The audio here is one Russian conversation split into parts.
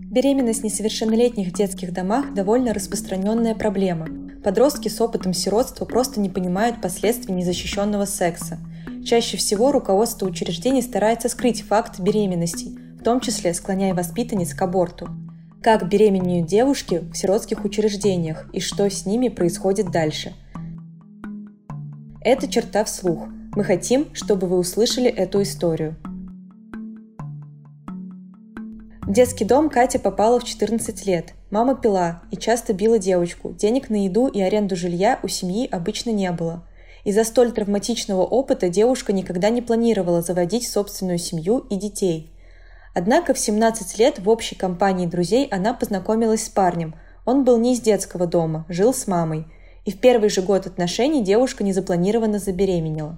Беременность несовершеннолетних в детских домах – довольно распространенная проблема. Подростки с опытом сиротства просто не понимают последствий незащищенного секса. Чаще всего руководство учреждений старается скрыть факт беременностей, в том числе склоняя воспитанниц к аборту. Как беременеют девушки в сиротских учреждениях и что с ними происходит дальше. Это черта вслух. Мы хотим, чтобы вы услышали эту историю. В детский дом Катя попала в 14 лет. Мама пила и часто била девочку. Денег на еду и аренду жилья у семьи обычно не было. Из-за столь травматичного опыта девушка никогда не планировала заводить собственную семью и детей. Однако в 17 лет в общей компании друзей она познакомилась с парнем. Он был не из детского дома, жил с мамой. И в первый же год отношений девушка незапланированно забеременела.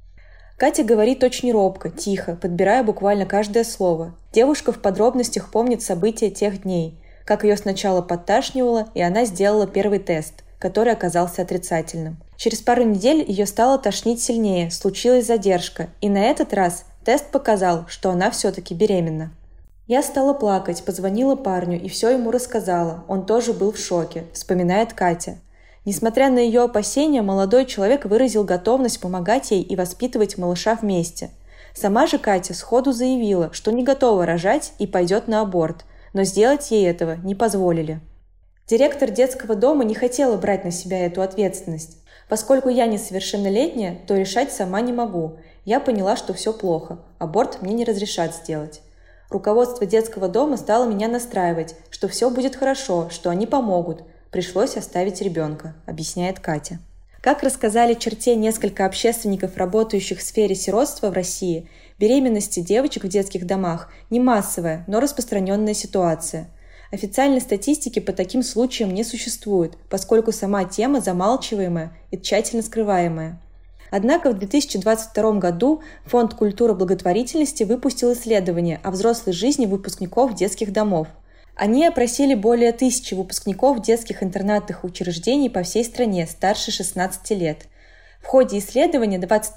Катя говорит очень робко, тихо, подбирая буквально каждое слово. Девушка в подробностях помнит события тех дней, как ее сначала подташнивало, и она сделала первый тест, который оказался отрицательным. Через пару недель ее стало тошнить сильнее, случилась задержка, и на этот раз тест показал, что она все-таки беременна. «Я стала плакать, позвонила парню и все ему рассказала, он тоже был в шоке», – вспоминает Катя. Несмотря на ее опасения, молодой человек выразил готовность помогать ей и воспитывать малыша вместе. Сама же Катя сходу заявила, что не готова рожать и пойдет на аборт, но сделать ей этого не позволили. Директор детского дома не хотела брать на себя эту ответственность. «Поскольку я несовершеннолетняя, то решать сама не могу. Я поняла, что все плохо. Аборт мне не разрешат сделать. Руководство детского дома стало меня настраивать, что все будет хорошо, что они помогут. Пришлось оставить ребенка», — объясняет Катя. Как рассказали черте несколько общественников, работающих в сфере сиротства в России, беременности девочек в детских домах не массовая, но распространенная ситуация. Официальной статистики по таким случаям не существует, поскольку сама тема замалчиваемая и тщательно скрываемая. Однако в 2022 году Фонд культуры благотворительности выпустил исследование о взрослой жизни выпускников детских домов. Они опросили более 1000 выпускников детских интернатных учреждений по всей стране старше 16 лет. В ходе исследования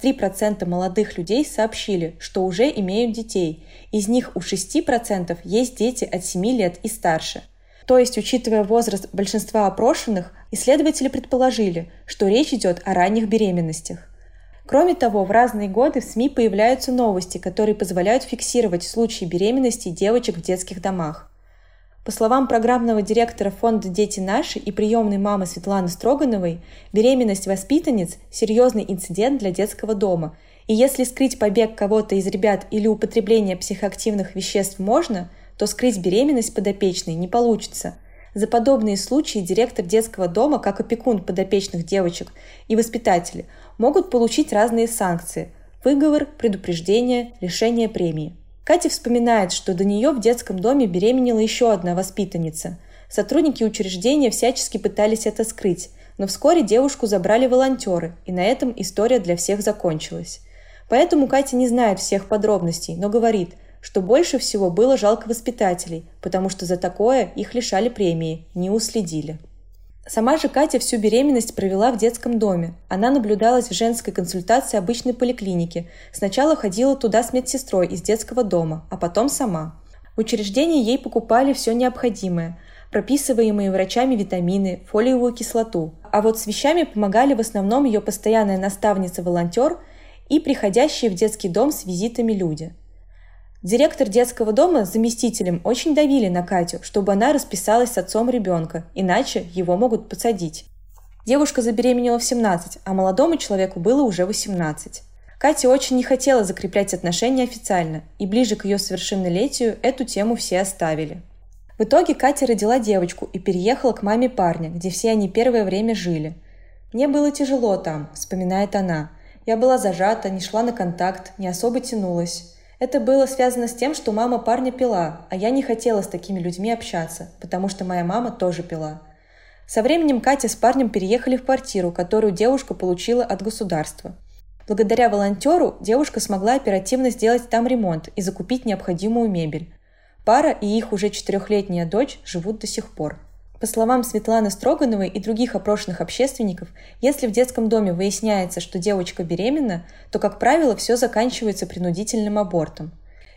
23% молодых людей сообщили, что уже имеют детей. Из них у 6% есть дети от 7 лет и старше. То есть, учитывая возраст большинства опрошенных, исследователи предположили, что речь идет о ранних беременностях. Кроме того, в разные годы в СМИ появляются новости, которые позволяют фиксировать случаи беременности девочек в детских домах. По словам программного директора фонда «Дети наши» и приемной мамы Светланы Строгановой, беременность воспитанниц – серьезный инцидент для детского дома. И если скрыть побег кого-то из ребят или употребление психоактивных веществ можно, то скрыть беременность подопечной не получится. За подобные случаи директор детского дома, как опекун подопечных девочек и воспитатели, могут получить разные санкции – выговор, предупреждение, лишение премии. Катя вспоминает, что до нее в детском доме беременела еще одна воспитанница. Сотрудники учреждения всячески пытались это скрыть, но вскоре девушку забрали волонтеры, и на этом история для всех закончилась. Поэтому Катя не знает всех подробностей, но говорит, что больше всего было жалко воспитателей, потому что за такое их лишали премии, не уследили. Сама же Катя всю беременность провела в детском доме. Она наблюдалась в женской консультации обычной поликлиники. Сначала ходила туда с медсестрой из детского дома, а потом сама. В учреждении ей покупали все необходимое – прописываемые врачами витамины, фолиевую кислоту. А вот с вещами помогали в основном ее постоянная наставница-волонтер и приходящие в детский дом с визитами люди. Директор детского дома с заместителем очень давили на Катю, чтобы она расписалась с отцом ребенка, иначе его могут посадить. Девушка забеременела в 17, а молодому человеку было уже 18. Катя очень не хотела закреплять отношения официально, и ближе к ее совершеннолетию эту тему все оставили. В итоге Катя родила девочку и переехала к маме парня, где все они первое время жили. «Мне было тяжело там», – вспоминает она. «Я была зажата, не шла на контакт, не особо тянулась. Это было связано с тем, что мама парня пила, а я не хотела с такими людьми общаться, потому что моя мама тоже пила». Со временем Катя с парнем переехали в квартиру, которую девушка получила от государства. Благодаря волонтеру девушка смогла оперативно сделать там ремонт и закупить необходимую мебель. Пара и их уже 4-летняя дочь живут до сих пор. По словам Светланы Строгановой и других опрошенных общественников, если в детском доме выясняется, что девочка беременна, то, как правило, все заканчивается принудительным абортом.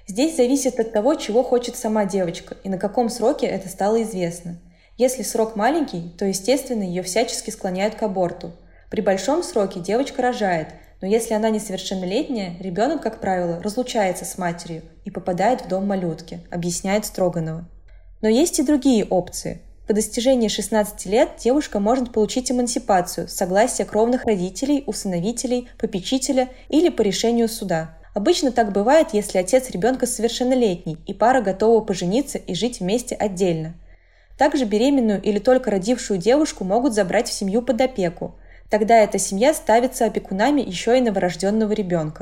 Здесь зависит от того, чего хочет сама девочка и на каком сроке это стало известно. Если срок маленький, то, естественно, ее всячески склоняют к аборту. При большом сроке девочка рожает, но если она несовершеннолетняя, ребенок, как правило, разлучается с матерью и попадает в дом малютки, объясняет Строганова. Но есть и другие опции. По достижении 16 лет девушка может получить эмансипацию, согласие кровных родителей, усыновителей, попечителя или по решению суда. Обычно так бывает, если отец ребенка совершеннолетний и пара готова пожениться и жить вместе отдельно. Также беременную или только родившую девушку могут забрать в семью под опеку. Тогда эта семья ставится опекунами еще и новорожденного ребенка.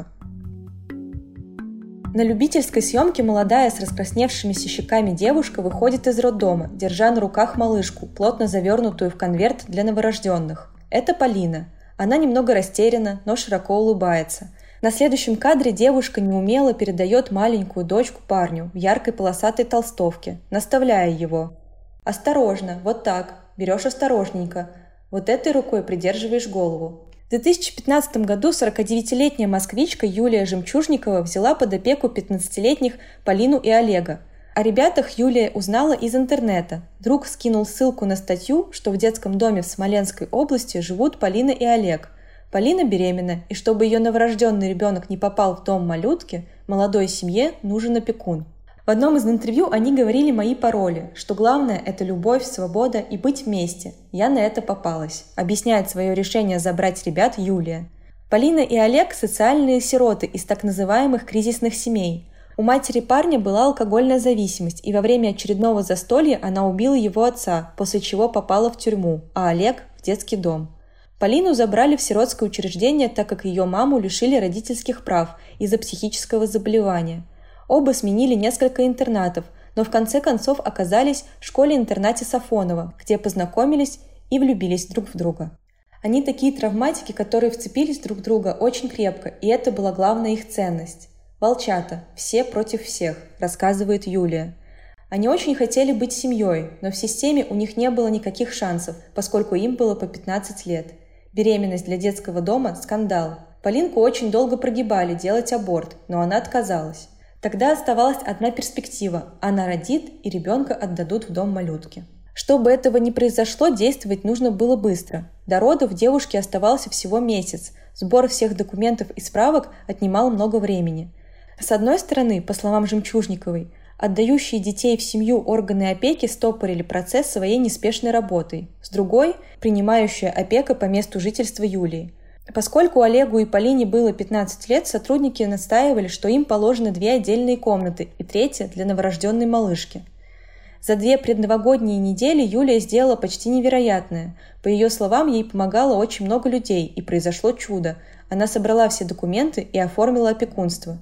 На любительской съемке молодая с раскрасневшимися щеками девушка выходит из роддома, держа на руках малышку, плотно завернутую в конверт для новорожденных. Это Полина. Она немного растеряна, но широко улыбается. На следующем кадре девушка неумело передает маленькую дочку парню в яркой полосатой толстовке, наставляя его. «Осторожно, вот так, берешь осторожненько, вот этой рукой придерживаешь голову». В 2015 году 49-летняя москвичка Юлия Жемчужникова взяла под опеку 15-летних Полину и Олега. О ребятах Юлия узнала из интернета. Друг скинул ссылку на статью, что в детском доме в Смоленской области живут Полина и Олег. Полина беременна, и чтобы ее новорожденный ребенок не попал в дом малютки, молодой семье нужен опекун. В одном из интервью они говорили мои пароли, что главное – это любовь, свобода и быть вместе. Я на это попалась, объясняет свое решение забрать ребят Юлия. Полина и Олег – социальные сироты из так называемых кризисных семей. У матери парня была алкогольная зависимость, и во время очередного застолья она убила его отца, после чего попала в тюрьму, а Олег – в детский дом. Полину забрали в сиротское учреждение, так как ее маму лишили родительских прав из-за психического заболевания. Оба сменили несколько интернатов, но в конце концов оказались в школе-интернате Сафонова, где познакомились и влюбились друг в друга. Они такие травматики, которые вцепились друг в друга очень крепко, и это была главная их ценность. «Волчата, все против всех», рассказывает Юлия. Они очень хотели быть семьей, но в системе у них не было никаких шансов, поскольку им было по 15 лет. Беременность для детского дома – скандал. Полинку очень долго прогибали делать аборт, но она отказалась. Тогда оставалась одна перспектива – она родит и ребенка отдадут в дом малютки. Чтобы этого не произошло, действовать нужно было быстро. До родов девушке оставался всего месяц. Сбор всех документов и справок отнимал много времени. С одной стороны, по словам Жемчужниковой, отдающие детей в семью органы опеки стопорили процесс своей неспешной работой. С другой – принимающая опека по месту жительства Юлии. Поскольку Олегу и Полине было 15 лет, сотрудники настаивали, что им положены 2 отдельные комнаты и 3 для новорожденной малышки. За 2 предновогодние недели Юлия сделала почти невероятное. По ее словам, ей помогало очень много людей, и произошло чудо. Она собрала все документы и оформила опекунство.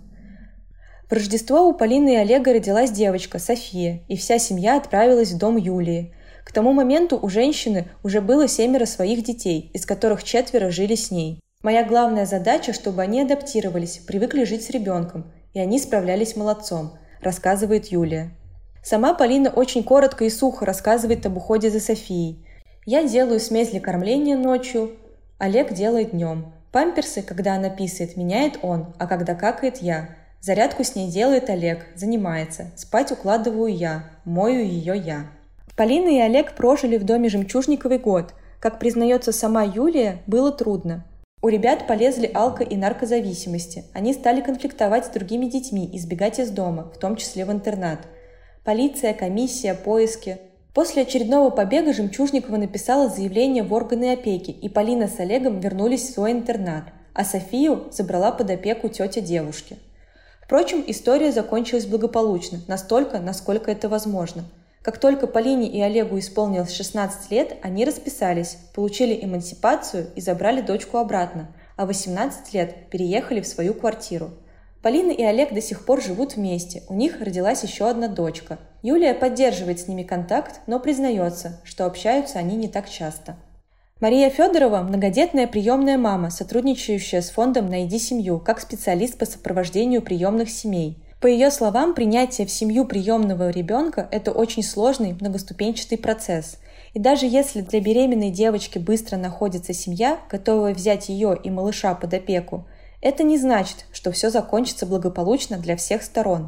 В Рождество у Полины и Олега родилась девочка, София, и вся семья отправилась в дом Юлии. К тому моменту у женщины уже было 7 своих детей, из которых 4 жили с ней. Моя главная задача, чтобы они адаптировались, привыкли жить с ребенком, и они справлялись молодцом, рассказывает Юлия. Сама Полина очень коротко и сухо рассказывает об уходе за Софией. Я делаю смесь для кормления ночью, Олег делает днем. Памперсы, когда она писает, меняет он, а когда какает я. Зарядку с ней делает Олег, занимается. Спать укладываю я, мою ее я. Полина и Олег прожили в доме Жемчужниковой год. Как признается сама Юлия, было трудно. У ребят полезли алко- и наркозависимости. Они стали конфликтовать с другими детьми и сбегать из дома, в том числе в интернат. Полиция, комиссия, поиски. После очередного побега Жемчужникова написала заявление в органы опеки, и Полина с Олегом вернулись в свой интернат, а Софию забрала под опеку тетя девушки. Впрочем, история закончилась благополучно, настолько, насколько это возможно. Как только Полине и Олегу исполнилось 16 лет, они расписались, получили эмансипацию и забрали дочку обратно, а в 18 лет переехали в свою квартиру. Полина и Олег до сих пор живут вместе, у них родилась еще одна дочка. Юлия поддерживает с ними контакт, но признается, что общаются они не так часто. Мария Федорова – многодетная приемная мама, сотрудничающая с фондом «Найди семью» как специалист по сопровождению приемных семей. По ее словам, принятие в семью приемного ребенка – это очень сложный многоступенчатый процесс. И даже если для беременной девочки быстро находится семья, готовая взять ее и малыша под опеку, это не значит, что все закончится благополучно для всех сторон.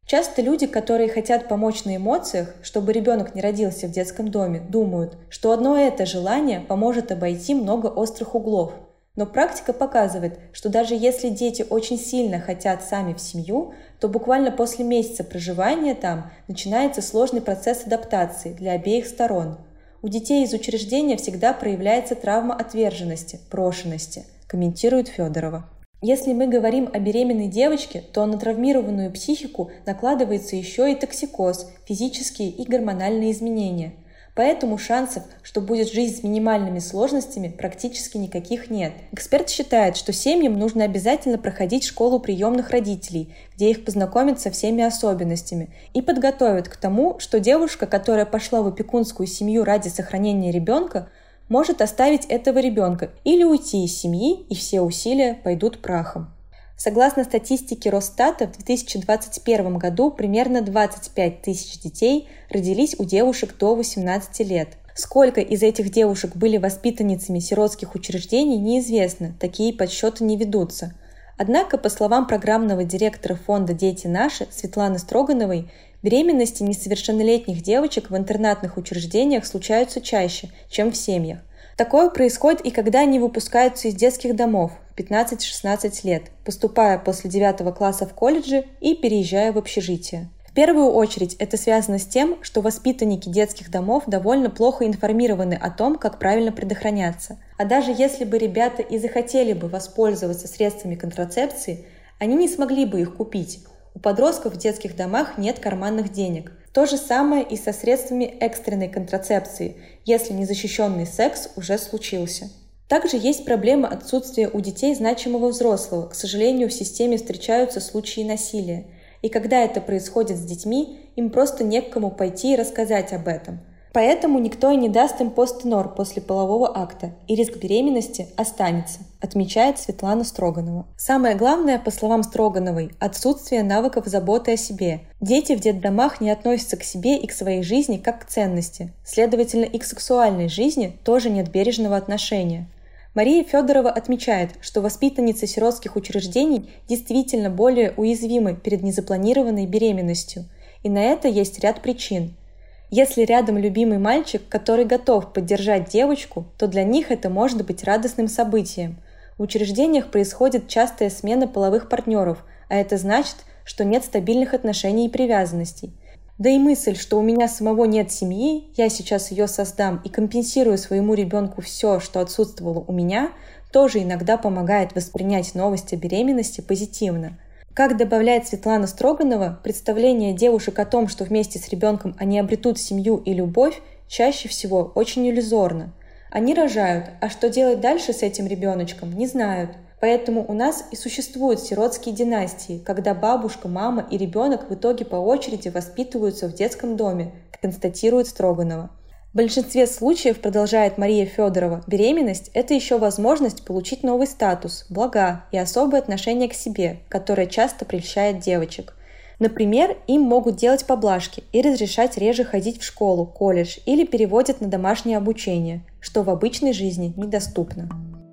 Часто люди, которые хотят помочь на эмоциях, чтобы ребенок не родился в детском доме, думают, что одно это желание поможет обойти много острых углов. Но практика показывает, что даже если дети очень сильно хотят сами в семью, то буквально после месяца проживания там начинается сложный процесс адаптации для обеих сторон. У детей из учреждения всегда проявляется травма отверженности, брошенности, комментирует Федорова. Если мы говорим о беременной девочке, то на травмированную психику накладывается еще и токсикоз, физические и гормональные изменения. Поэтому шансов, что будет жизнь с минимальными сложностями, практически никаких нет. Эксперт считает, что семьям нужно обязательно проходить школу приемных родителей, где их познакомят со всеми особенностями и подготовят к тому, что девушка, которая пошла в опекунскую семью ради сохранения ребенка, может оставить этого ребенка или уйти из семьи, и все усилия пойдут прахом. Согласно статистике Росстата, в 2021 году примерно 25 тысяч детей родились у девушек до 18 лет. Сколько из этих девушек были воспитанницами сиротских учреждений, неизвестно, такие подсчеты не ведутся. Однако, по словам программного директора фонда «Дети наши» Светланы Строгановой, беременности несовершеннолетних девочек в интернатных учреждениях случаются чаще, чем в семьях. Такое происходит и когда они выпускаются из детских домов в 15-16 лет, поступая после 9 класса в колледжи и переезжая в общежитие. В первую очередь это связано с тем, что воспитанники детских домов довольно плохо информированы о том, как правильно предохраняться. А даже если бы ребята и захотели бы воспользоваться средствами контрацепции, они не смогли бы их купить. У подростков в детских домах нет карманных денег. То же самое и со средствами экстренной контрацепции, если незащищенный секс уже случился. Также есть проблема отсутствия у детей значимого взрослого. К сожалению, в системе встречаются случаи насилия. И когда это происходит с детьми, им просто не к кому пойти и рассказать об этом. Поэтому никто и не даст им постнор после полового акта, и риск беременности останется, отмечает Светлана Строганова. Самое главное, по словам Строгановой, отсутствие навыков заботы о себе. Дети в детдомах не относятся к себе и к своей жизни как к ценности. Следовательно, и к сексуальной жизни тоже нет бережного отношения. Мария Федорова отмечает, что воспитанницы сиротских учреждений действительно более уязвимы перед незапланированной беременностью. И на это есть ряд причин. Если рядом любимый мальчик, который готов поддержать девочку, то для них это может быть радостным событием. В учреждениях происходит частая смена половых партнеров, а это значит, что нет стабильных отношений и привязанностей. Да и мысль, что у меня самого нет семьи, я сейчас ее создам и компенсирую своему ребенку все, что отсутствовало у меня, тоже иногда помогает воспринять новость о беременности позитивно. Как добавляет Светлана Строганова, представление девушек о том, что вместе с ребенком они обретут семью и любовь, чаще всего очень иллюзорно. Они рожают, а что делать дальше с этим ребеночком, не знают. Поэтому у нас и существуют сиротские династии, когда бабушка, мама и ребенок в итоге по очереди воспитываются в детском доме, констатирует Строганова. В большинстве случаев, продолжает Мария Федорова, беременность – это еще возможность получить новый статус, блага и особое отношение к себе, которое часто прельщает девочек. Например, им могут делать поблажки и разрешать реже ходить в школу, колледж или переводят на домашнее обучение, что в обычной жизни недоступно.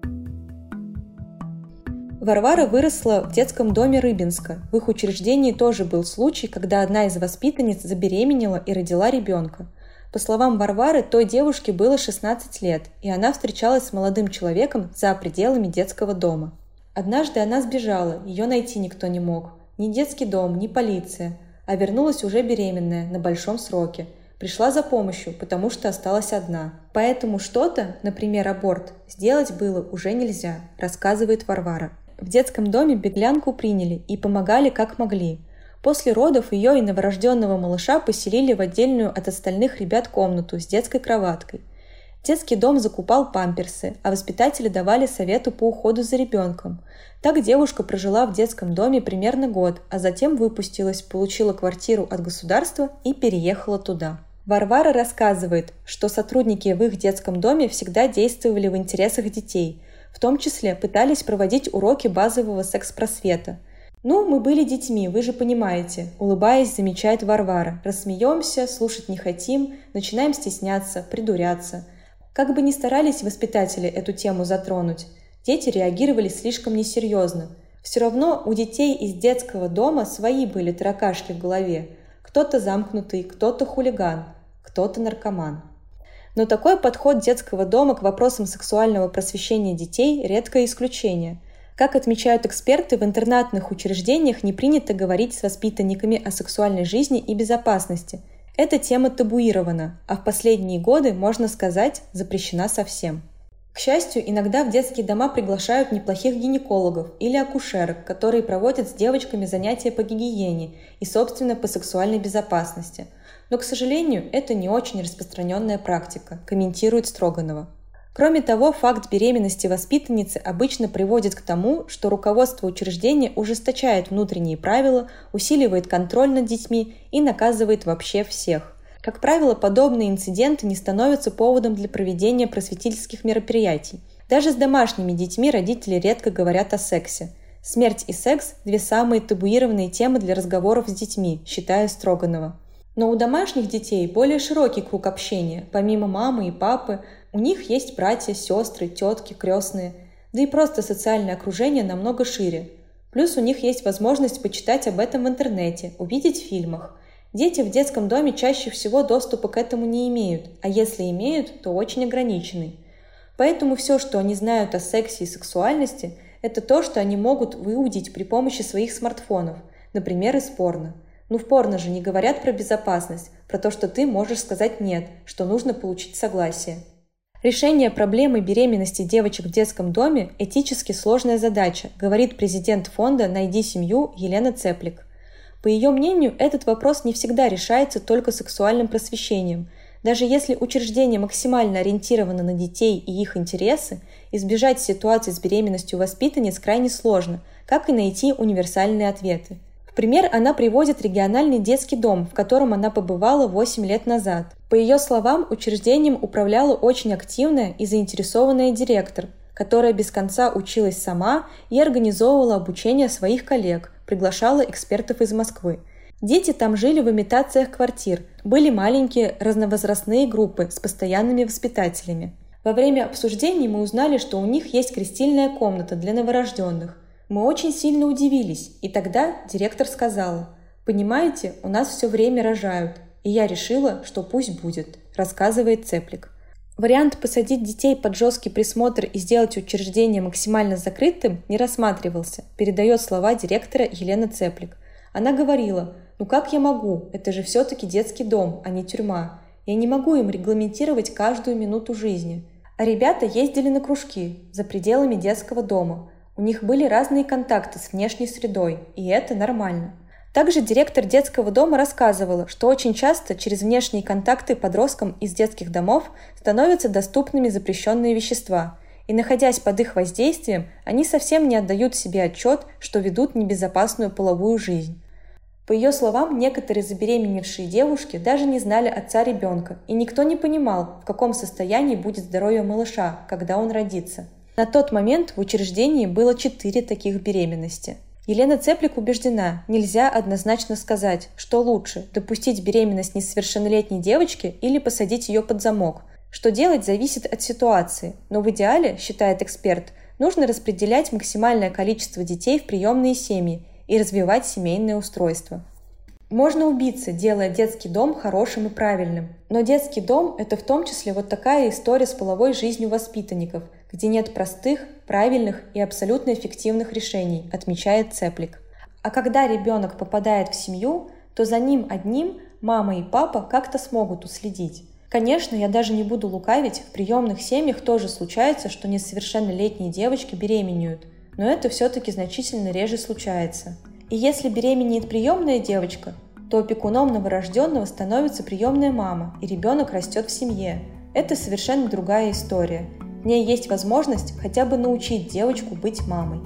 Варвара выросла в детском доме Рыбинска. В их учреждении тоже был случай, когда одна из воспитанниц забеременела и родила ребенка. По словам Варвары, той девушке было 16 лет, и она встречалась с молодым человеком за пределами детского дома. Однажды она сбежала, ее найти никто не мог. Ни детский дом, ни полиция. А вернулась уже беременная, на большом сроке. Пришла за помощью, потому что осталась одна. Поэтому что-то, например, аборт, сделать было уже нельзя, рассказывает Варвара. В детском доме беглянку приняли и помогали как могли. После родов ее и новорожденного малыша поселили в отдельную от остальных ребят комнату с детской кроваткой. Детский дом закупал памперсы, а воспитатели давали советы по уходу за ребенком. Так девушка прожила в детском доме примерно год, а затем выпустилась, получила квартиру от государства и переехала туда. Варвара рассказывает, что сотрудники в их детском доме всегда действовали в интересах детей, в том числе пытались проводить уроки базового секс-просвета. «Ну, мы были детьми, вы же понимаете», — улыбаясь, замечает Варвара. «Рассмеемся, слушать не хотим, начинаем стесняться, придуряться». Как бы ни старались воспитатели эту тему затронуть, дети реагировали слишком несерьезно. Все равно у детей из детского дома свои были таракашки в голове. Кто-то замкнутый, кто-то хулиган, кто-то наркоман. Но такой подход детского дома к вопросам сексуального просвещения детей – редкое исключение. Как отмечают эксперты, в интернатных учреждениях не принято говорить с воспитанниками о сексуальной жизни и безопасности. Эта тема табуирована, а в последние годы, можно сказать, запрещена совсем. К счастью, иногда в детские дома приглашают неплохих гинекологов или акушерок, которые проводят с девочками занятия по гигиене и, собственно, по сексуальной безопасности. Но, к сожалению, это не очень распространенная практика, комментирует Строганова. Кроме того, факт беременности воспитанницы обычно приводит к тому, что руководство учреждения ужесточает внутренние правила, усиливает контроль над детьми и наказывает вообще всех. Как правило, подобные инциденты не становятся поводом для проведения просветительских мероприятий. Даже с домашними детьми родители редко говорят о сексе. Смерть и секс – две самые табуированные темы для разговоров с детьми, считает Строганова. Но у домашних детей более широкий круг общения. Помимо мамы и папы, у них есть братья, сестры, тетки, крестные. Да и просто социальное окружение намного шире. Плюс у них есть возможность почитать об этом в интернете, увидеть в фильмах. Дети в детском доме чаще всего доступа к этому не имеют, а если имеют, то очень ограниченный. Поэтому все, что они знают о сексе и сексуальности, это то, что они могут выудить при помощи своих смартфонов, например, из порно. В порно же не говорят про безопасность, про то, что ты можешь сказать «нет», что нужно получить согласие. Решение проблемы беременности девочек в детском доме – этически сложная задача, говорит президент фонда «Найди семью» Елена Цеплик. По ее мнению, этот вопрос не всегда решается только сексуальным просвещением. Даже если учреждение максимально ориентировано на детей и их интересы, избежать ситуации с беременностью воспитанниц крайне сложно, как и найти универсальные ответы. В пример она приводит региональный детский дом, в котором она побывала 8 лет назад. По ее словам, учреждением управляла очень активная и заинтересованная директор, которая без конца училась сама и организовывала обучение своих коллег, приглашала экспертов из Москвы. Дети там жили в имитациях квартир, были маленькие разновозрастные группы с постоянными воспитателями. Во время обсуждений мы узнали, что у них есть крестильная комната для новорожденных. Мы очень сильно удивились, и тогда директор сказала: «Понимаете, у нас все время рожают, и я решила, что пусть будет», рассказывает Цеплик. Вариант посадить детей под жесткий присмотр и сделать учреждение максимально закрытым не рассматривался, передает слова директора Елена Цеплик. Она говорила: как я могу? Это же все-таки детский дом, а не тюрьма. Я не могу им регламентировать каждую минуту жизни». А ребята ездили на кружки за пределами детского дома. У них были разные контакты с внешней средой, и это нормально. Также директор детского дома рассказывала, что очень часто через внешние контакты подросткам из детских домов становятся доступными запрещенные вещества, и, находясь под их воздействием, они совсем не отдают себе отчет, что ведут небезопасную половую жизнь. По ее словам, некоторые забеременевшие девушки даже не знали отца ребенка, и никто не понимал, в каком состоянии будет здоровье малыша, когда он родится. На тот момент в учреждении было 4 таких беременности. Елена Цеплик убеждена, нельзя однозначно сказать, что лучше – допустить беременность несовершеннолетней девочки или посадить ее под замок. Что делать, зависит от ситуации, но в идеале, считает эксперт, нужно распределять максимальное количество детей в приемные семьи и развивать семейное устройство. Можно убиться, делая детский дом хорошим и правильным. Но детский дом – это в том числе вот такая история с половой жизнью воспитанников, где нет простых, правильных и абсолютно эффективных решений, отмечает Цеплик. А когда ребенок попадает в семью, то за ним одним мама и папа как-то смогут уследить. Конечно, я даже не буду лукавить, в приемных семьях тоже случается, что несовершеннолетние девочки беременеют, но это все-таки значительно реже случается. И если беременеет приемная девочка, то опекуном новорожденного становится приемная мама, и ребенок растет в семье. Это совершенно другая история. В ней есть возможность хотя бы научить девочку быть мамой.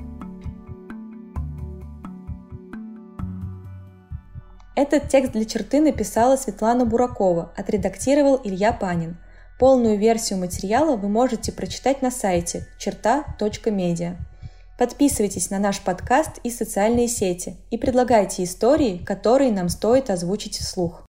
Этот текст для «Черты» написала Светлана Буракова, отредактировал Илья Панин. Полную версию материала вы можете прочитать на сайте черта.медиа. Подписывайтесь на наш подкаст и социальные сети и предлагайте истории, которые нам стоит озвучить вслух.